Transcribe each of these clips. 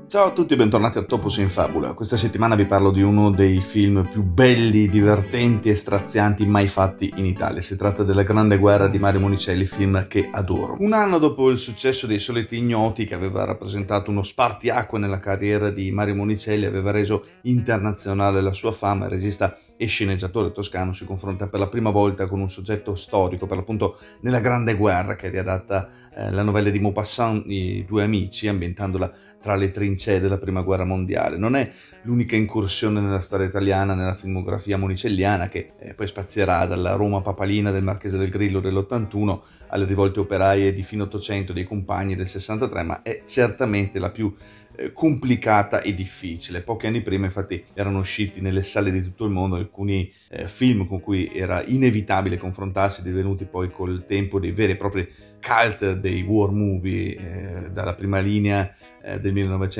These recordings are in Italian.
Ciao a tutti e bentornati a Topos in Fabula. Questa settimana vi parlo di uno dei film più belli, divertenti e strazianti mai fatti in Italia. Si tratta della Grande Guerra di Mario Monicelli, film che adoro. Un anno dopo il successo dei Soliti Ignoti, che aveva rappresentato uno spartiacque nella carriera di Mario Monicelli, aveva reso internazionale la sua fama, il regista e sceneggiatore toscano si confronta per la prima volta con un soggetto storico, per l'appunto nella Grande Guerra, che riadatta la novella di Maupassant, I due amici, ambientandola tra le trincee della Prima Guerra Mondiale. Non è l'unica incursione nella storia italiana, nella filmografia monicelliana, che poi spazierà dalla Roma papalina del Marchese del Grillo dell'81 alle rivolte operaie di fine Ottocento dei Compagni del 63, ma è certamente la più complicata e difficile. Pochi anni prima infatti erano usciti nelle sale di tutto il mondo alcuni film con cui era inevitabile confrontarsi, divenuti poi col tempo dei veri e propri cult dei war movie, dalla prima linea del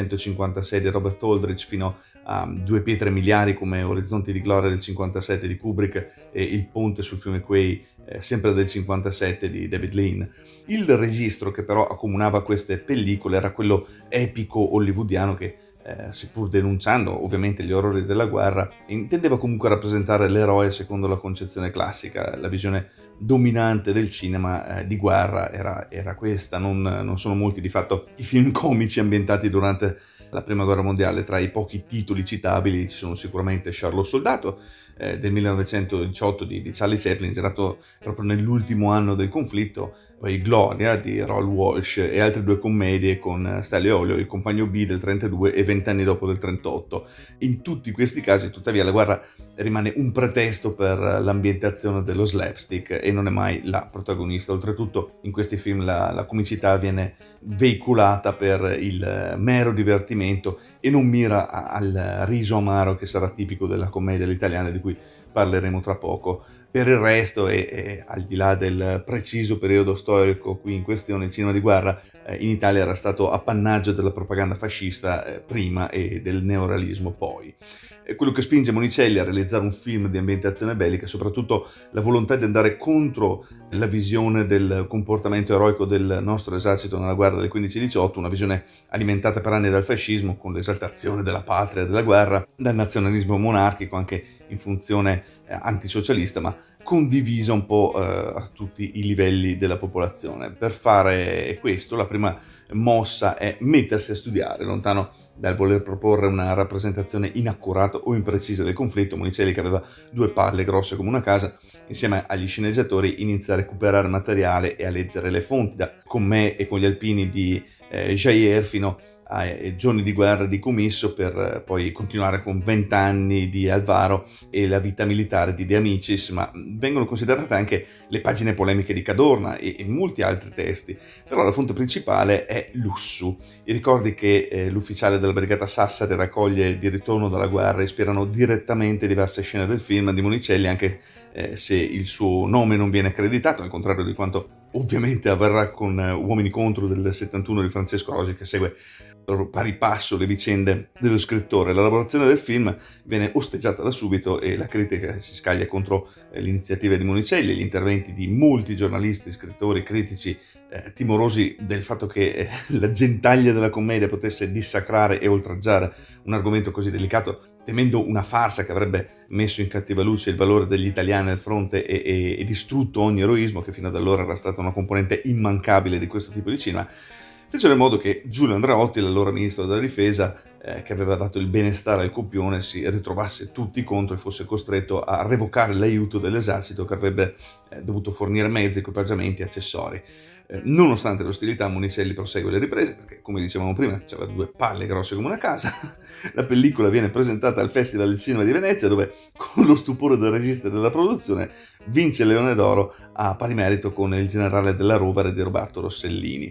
1956 di Robert Aldrich fino a Due pietre miliari come Orizzonti di gloria del 57 di Kubrick e Il ponte sul fiume Quay sempre del 57 di David Lean. Il registro che però accomunava queste pellicole era quello epico hollywoodiano che, seppur denunciando ovviamente gli orrori della guerra, intendeva comunque rappresentare l'eroe secondo la concezione classica. La visione dominante del cinema di guerra era questa, non sono molti di fatto i film comici ambientati durante la Prima Guerra Mondiale. Tra i pochi titoli citabili ci sono sicuramente Charlot Soldato del 1918 di Charlie Chaplin, girato proprio nell'ultimo anno del conflitto, poi Gloria di Raoul Walsh e altre due commedie con Stanley Olio, Il compagno B del 32 e 20 anni dopo del 38. In tutti questi casi, tuttavia, la guerra rimane un pretesto per l'ambientazione dello slapstick e non è mai la protagonista. Oltretutto in questi film la comicità viene veicolata per il mero divertimento e non mira al riso amaro che sarà tipico della commedia all'italiana, di cui parleremo tra poco. Per il resto, e al di là del preciso periodo storico qui in questione, il cinema di guerra in Italia era stato appannaggio della propaganda fascista prima e del neorealismo poi. Quello che spinge Monicelli a realizzare un film di ambientazione bellica è soprattutto la volontà di andare contro la visione del comportamento eroico del nostro esercito nella guerra del 15-18, una visione alimentata per anni dal fascismo, con l'esaltazione della patria e della guerra, dal nazionalismo monarchico anche in funzione antisocialista, ma condivisa un po' a tutti i livelli della popolazione. Per fare questo la prima mossa è mettersi a studiare, lontano dal voler proporre una rappresentazione inaccurata o imprecisa del conflitto. Monicelli, che aveva due palle grosse come una casa, insieme agli sceneggiatori inizia a recuperare materiale e a leggere le fonti, da Con me e con gli alpini di Jair fino ai Giorni di guerra di Comisso, per poi continuare con 20 anni di Alvaro e la vita militare di De Amicis, ma vengono considerate anche le pagine polemiche di Cadorna e molti altri testi. Però la fonte principale è Lussu. I ricordi che l'ufficiale della Brigata Sassari raccoglie di ritorno dalla guerra ispirano direttamente diverse scene del film di Monicelli, anche se il suo nome non viene accreditato, al contrario di quanto ovviamente avverrà con Uomini contro del 71 di Francesco Rosi, che segue pari passo le vicende dello scrittore. La lavorazione del film viene osteggiata da subito e la critica si scaglia contro le iniziative di Monicelli, gli interventi di molti giornalisti, scrittori, critici timorosi del fatto che la gentaglia della commedia potesse dissacrare e oltraggiare un argomento così delicato, temendo una farsa che avrebbe messo in cattiva luce il valore degli italiani al fronte e distrutto ogni eroismo, che fino ad allora era stata una componente immancabile di questo tipo di cinema. Fecero in modo che Giulio Andreotti, l'allora ministro della difesa, che aveva dato il benestare al copione, si ritrovasse tutti contro e fosse costretto a revocare l'aiuto dell'esercito, che avrebbe dovuto fornire mezzi, equipaggiamenti e accessori. Nonostante l'ostilità, Monicelli prosegue le riprese perché, come dicevamo prima, aveva due palle grosse come una casa. La pellicola viene presentata al Festival del Cinema di Venezia, dove, con lo stupore del regista e della produzione, vince il Leone d'Oro a pari merito con Il generale della Rovere di Roberto Rossellini.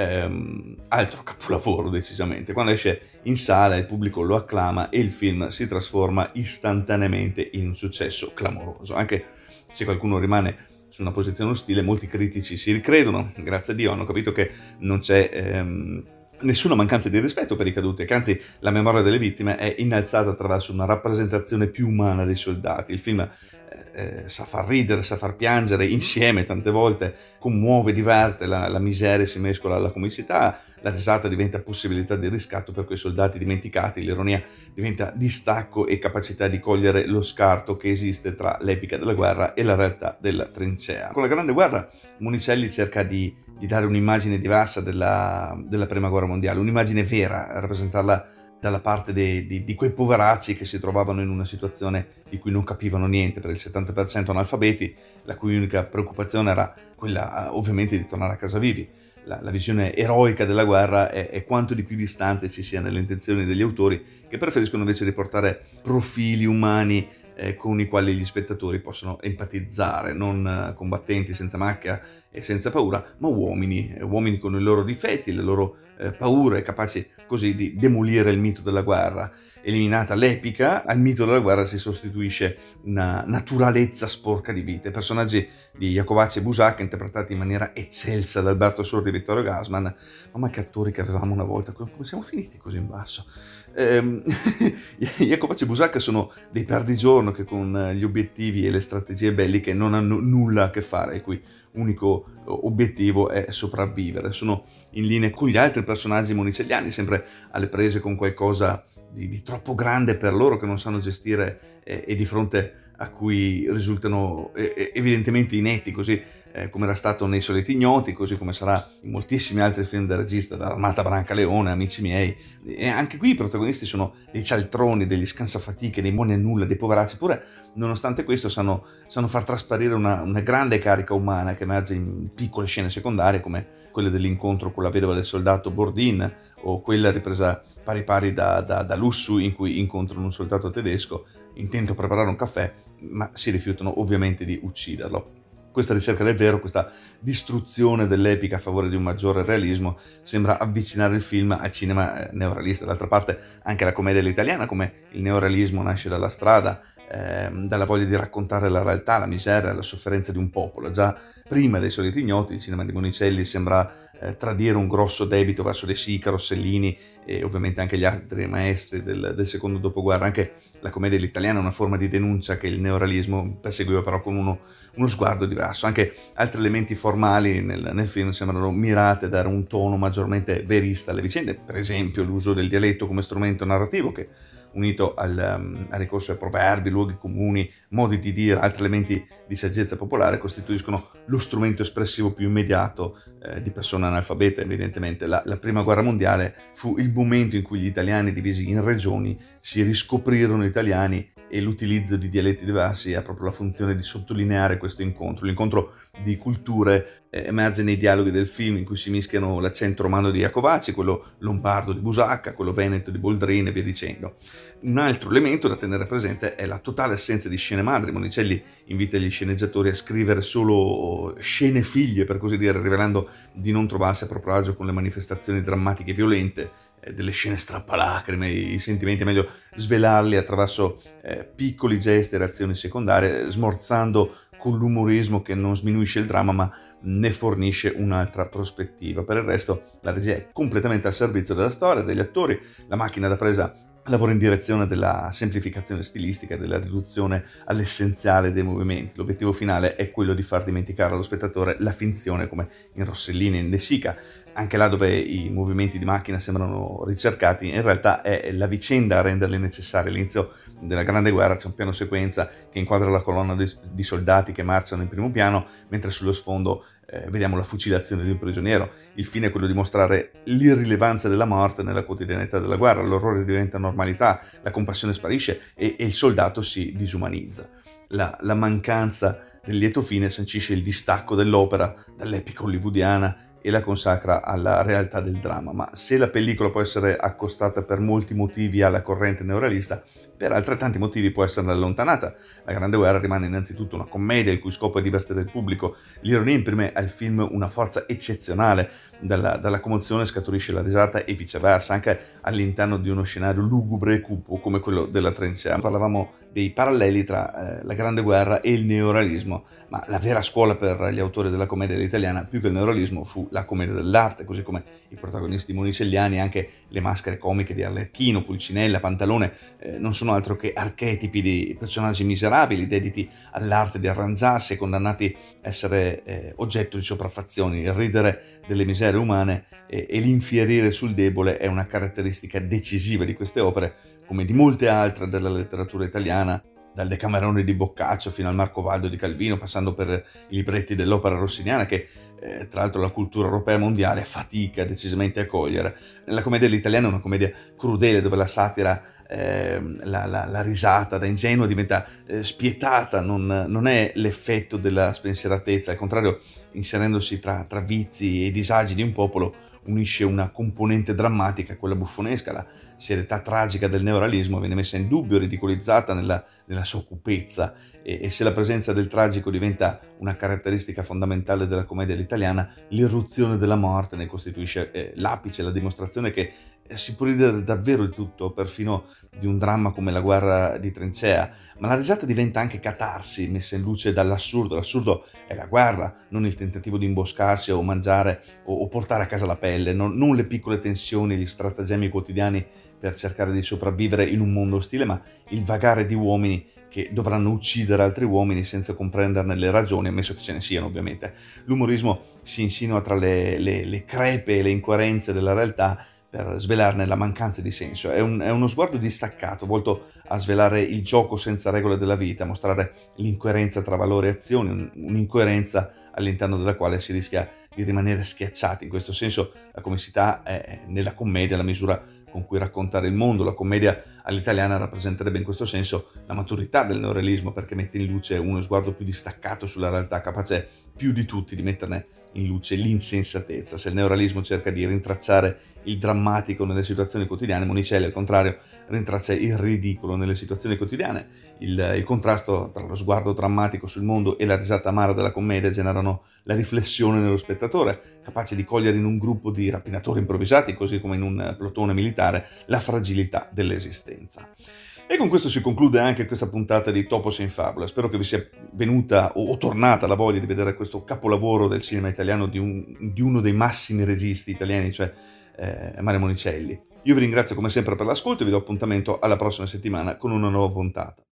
Altro capolavoro decisamente. Quando esce in sala il pubblico lo acclama e il film si trasforma istantaneamente in un successo clamoroso. Anche se qualcuno rimane su una posizione ostile, molti critici si ricredono, grazie a Dio hanno capito che non c'è nessuna mancanza di rispetto per i caduti, che anzi la memoria delle vittime è innalzata attraverso una rappresentazione più umana dei soldati. Il film sa far ridere, sa far piangere insieme tante volte, commuove, diverte, la miseria si mescola alla comicità, la risata diventa possibilità di riscatto per quei soldati dimenticati, l'ironia diventa distacco e capacità di cogliere lo scarto che esiste tra l'epica della guerra e la realtà della trincea. Con la Grande Guerra Monicelli cerca di dare un'immagine diversa della Prima Guerra Mondiale, un'immagine vera, rappresentarla dalla parte di quei poveracci che si trovavano in una situazione di cui non capivano niente, per il 70% analfabeti, la cui unica preoccupazione era quella ovviamente di tornare a casa vivi. La visione eroica della guerra è quanto di più distante ci sia nelle intenzioni degli autori, che preferiscono invece riportare profili umani con i quali gli spettatori possono empatizzare, non combattenti senza macchia e senza paura, ma uomini con i loro difetti, le loro paure, capaci così di demolire il mito della guerra. Eliminata l'epica, al mito della guerra si sostituisce una naturalezza sporca di vita. I personaggi di Iacovacci e Busac, interpretati in maniera eccelsa da Alberto Sordi e Vittorio Gassman, mamma che attori che avevamo una volta, come siamo finiti così in basso? Iacovacci e Busac sono dei perdigiorno che con gli obiettivi e le strategie belliche non hanno nulla a che fare, il cui unico obiettivo è sopravvivere. Sono in linea con gli altri personaggi monicelliani, sempre alle prese con qualcosa di troppo grande per loro, che non sanno gestire e di fronte a cui risultano evidentemente inetti, così come era stato nei Soliti Ignoti, così come sarà in moltissimi altri film del regista, dall'Armata Brancaleone, Amici miei. E anche qui i protagonisti sono dei cialtroni, degli scansafatiche, dei buoni a nulla, dei poveracci, eppure nonostante questo sanno far trasparire una grande carica umana che emerge in piccole scene secondarie, come quelle dell'incontro con la vedova del soldato Bourdin, o quella ripresa pari pari da Lussu, in cui incontrano un soldato tedesco intento a preparare un caffè, ma si rifiutano ovviamente di ucciderlo. Questa ricerca del vero, questa distruzione dell'epica a favore di un maggiore realismo, sembra avvicinare il film al cinema neorealista. D'altra parte anche la commedia all'italiana, come il neorealismo, nasce dalla strada, dalla voglia di raccontare la realtà, la miseria, la sofferenza di un popolo. Già prima dei Soliti Ignoti il cinema di Monicelli sembra tradire un grosso debito verso De Sica, Rossellini e ovviamente anche gli altri maestri del secondo dopoguerra. Anche la commedia all'italiana è una forma di denuncia che il neorealismo perseguiva, però con uno sguardo diverso. Anche altri elementi formali nel film sembrano mirati a dare un tono maggiormente verista alle vicende, per esempio l'uso del dialetto come strumento narrativo, che unito al ricorso ai proverbi, luoghi comuni, modi di dire, altri elementi di saggezza popolare, costituiscono lo strumento espressivo più immediato di persone analfabete. Evidentemente la Prima Guerra Mondiale fu il momento in cui gli italiani divisi in regioni si riscoprirono italiani, e l'utilizzo di dialetti diversi ha proprio la funzione di sottolineare questo incontro. L'incontro di culture emerge nei dialoghi del film, in cui si mischiano l'accento romano di Iacovacci, quello lombardo di Busacca, quello veneto di Boldrin e via dicendo. Un altro elemento da tenere presente è la totale assenza di scene madri. Monicelli invita gli sceneggiatori a scrivere solo scene figlie, per così dire, rivelando di non trovarsi a proprio agio con le manifestazioni drammatiche e violente delle scene strappalacrime. I sentimenti è meglio svelarli attraverso piccoli gesti e reazioni secondarie, smorzando con l'umorismo che non sminuisce il dramma ma ne fornisce un'altra prospettiva. Per il resto la regia è completamente al servizio della storia, degli attori, la macchina da presa lavora in direzione della semplificazione stilistica e della riduzione all'essenziale dei movimenti. L'obiettivo finale è quello di far dimenticare allo spettatore la finzione, come in Rossellini e in De Sica. Anche là dove i movimenti di macchina sembrano ricercati, in realtà è la vicenda a renderli necessari. All'inizio della Grande Guerra c'è un piano sequenza che inquadra la colonna di soldati che marciano in primo piano, mentre sullo sfondo vediamo la fucilazione di un prigioniero. Il fine è quello di mostrare l'irrilevanza della morte nella quotidianità della guerra. L'orrore diventa normalità, la compassione sparisce e il soldato si disumanizza. La mancanza del lieto fine sancisce il distacco dell'opera dall'epica hollywoodiana e la consacra alla realtà del dramma. Ma se la pellicola può essere accostata per molti motivi alla corrente neorealista, per altrettanti motivi può esserne allontanata. La Grande Guerra rimane innanzitutto una commedia il cui scopo è divertere il pubblico. L'ironia imprime al film una forza eccezionale. Dalla commozione scaturisce la risata e viceversa, anche all'interno di uno scenario lugubre e cupo come quello della trincea. Parlavamo dei paralleli tra la Grande Guerra e il neorealismo, ma la vera scuola per gli autori della commedia italiana, più che il neorealismo, fu la commedia dell'arte, così come i protagonisti monicelliani, anche le maschere comiche di Arlecchino, Pulcinella, Pantalone, non sono altro che archetipi di personaggi miserabili, dediti all'arte di arrangiarsi e condannati a essere oggetto di sopraffazioni. Il ridere delle miserie umane e l'infierire sul debole è una caratteristica decisiva di queste opere, come di molte altre della letteratura italiana, dal Decamerone di Boccaccio fino al Marcovaldo di Calvino, passando per i libretti dell'opera rossiniana che tra l'altro la cultura europea e mondiale fatica decisamente a cogliere. La commedia all'italiana è una commedia crudele dove la satira, la risata da ingenua diventa spietata, non è l'effetto della spensieratezza, al contrario, inserendosi tra vizi e disagi di un popolo, unisce una componente drammatica, quella buffonesca. La serietà tragica del neorealismo viene messa in dubbio, ridicolizzata nella sua cupezza, e se la presenza del tragico diventa una caratteristica fondamentale della commedia all'italiana, l'irruzione della morte ne costituisce l'apice, la dimostrazione che si può ridere davvero di tutto, perfino di un dramma come La guerra di trincea, ma la risata diventa anche catarsi, messa in luce dall'assurdo. L'assurdo è la guerra, non il tentativo di imboscarsi o mangiare o portare a casa la pelle, non le piccole tensioni, gli stratagemmi quotidiani per cercare di sopravvivere in un mondo ostile, ma il vagare di uomini che dovranno uccidere altri uomini senza comprenderne le ragioni, ammesso che ce ne siano ovviamente. L'umorismo si insinua tra le crepe e le incoerenze della realtà per svelarne la mancanza di senso. È uno sguardo distaccato, volto a svelare il gioco senza regole della vita, a mostrare l'incoerenza tra valori e azioni, un'incoerenza all'interno della quale si rischia di rimanere schiacciati. In questo senso la comicità è nella commedia la misura con cui raccontare il mondo. La commedia all'italiana rappresenterebbe in questo senso la maturità del neorealismo, perché mette in luce uno sguardo più distaccato sulla realtà, capace più di tutti di metterne in luce l'insensatezza. Se il neorealismo cerca di rintracciare il drammatico nelle situazioni quotidiane, Monicelli al contrario rintraccia il ridicolo nelle situazioni quotidiane. Il contrasto tra lo sguardo drammatico sul mondo e la risata amara della commedia generano la riflessione nello spettatore, capace di cogliere in un gruppo di rapinatori improvvisati, così come in un plotone militare, la fragilità dell'esistenza. E con questo si conclude anche questa puntata di Topos in Fabula. Spero che vi sia venuta o tornata la voglia di vedere questo capolavoro del cinema italiano di uno dei massimi registi italiani, cioè Mario Monicelli. Io vi ringrazio come sempre per l'ascolto e vi do appuntamento alla prossima settimana con una nuova puntata.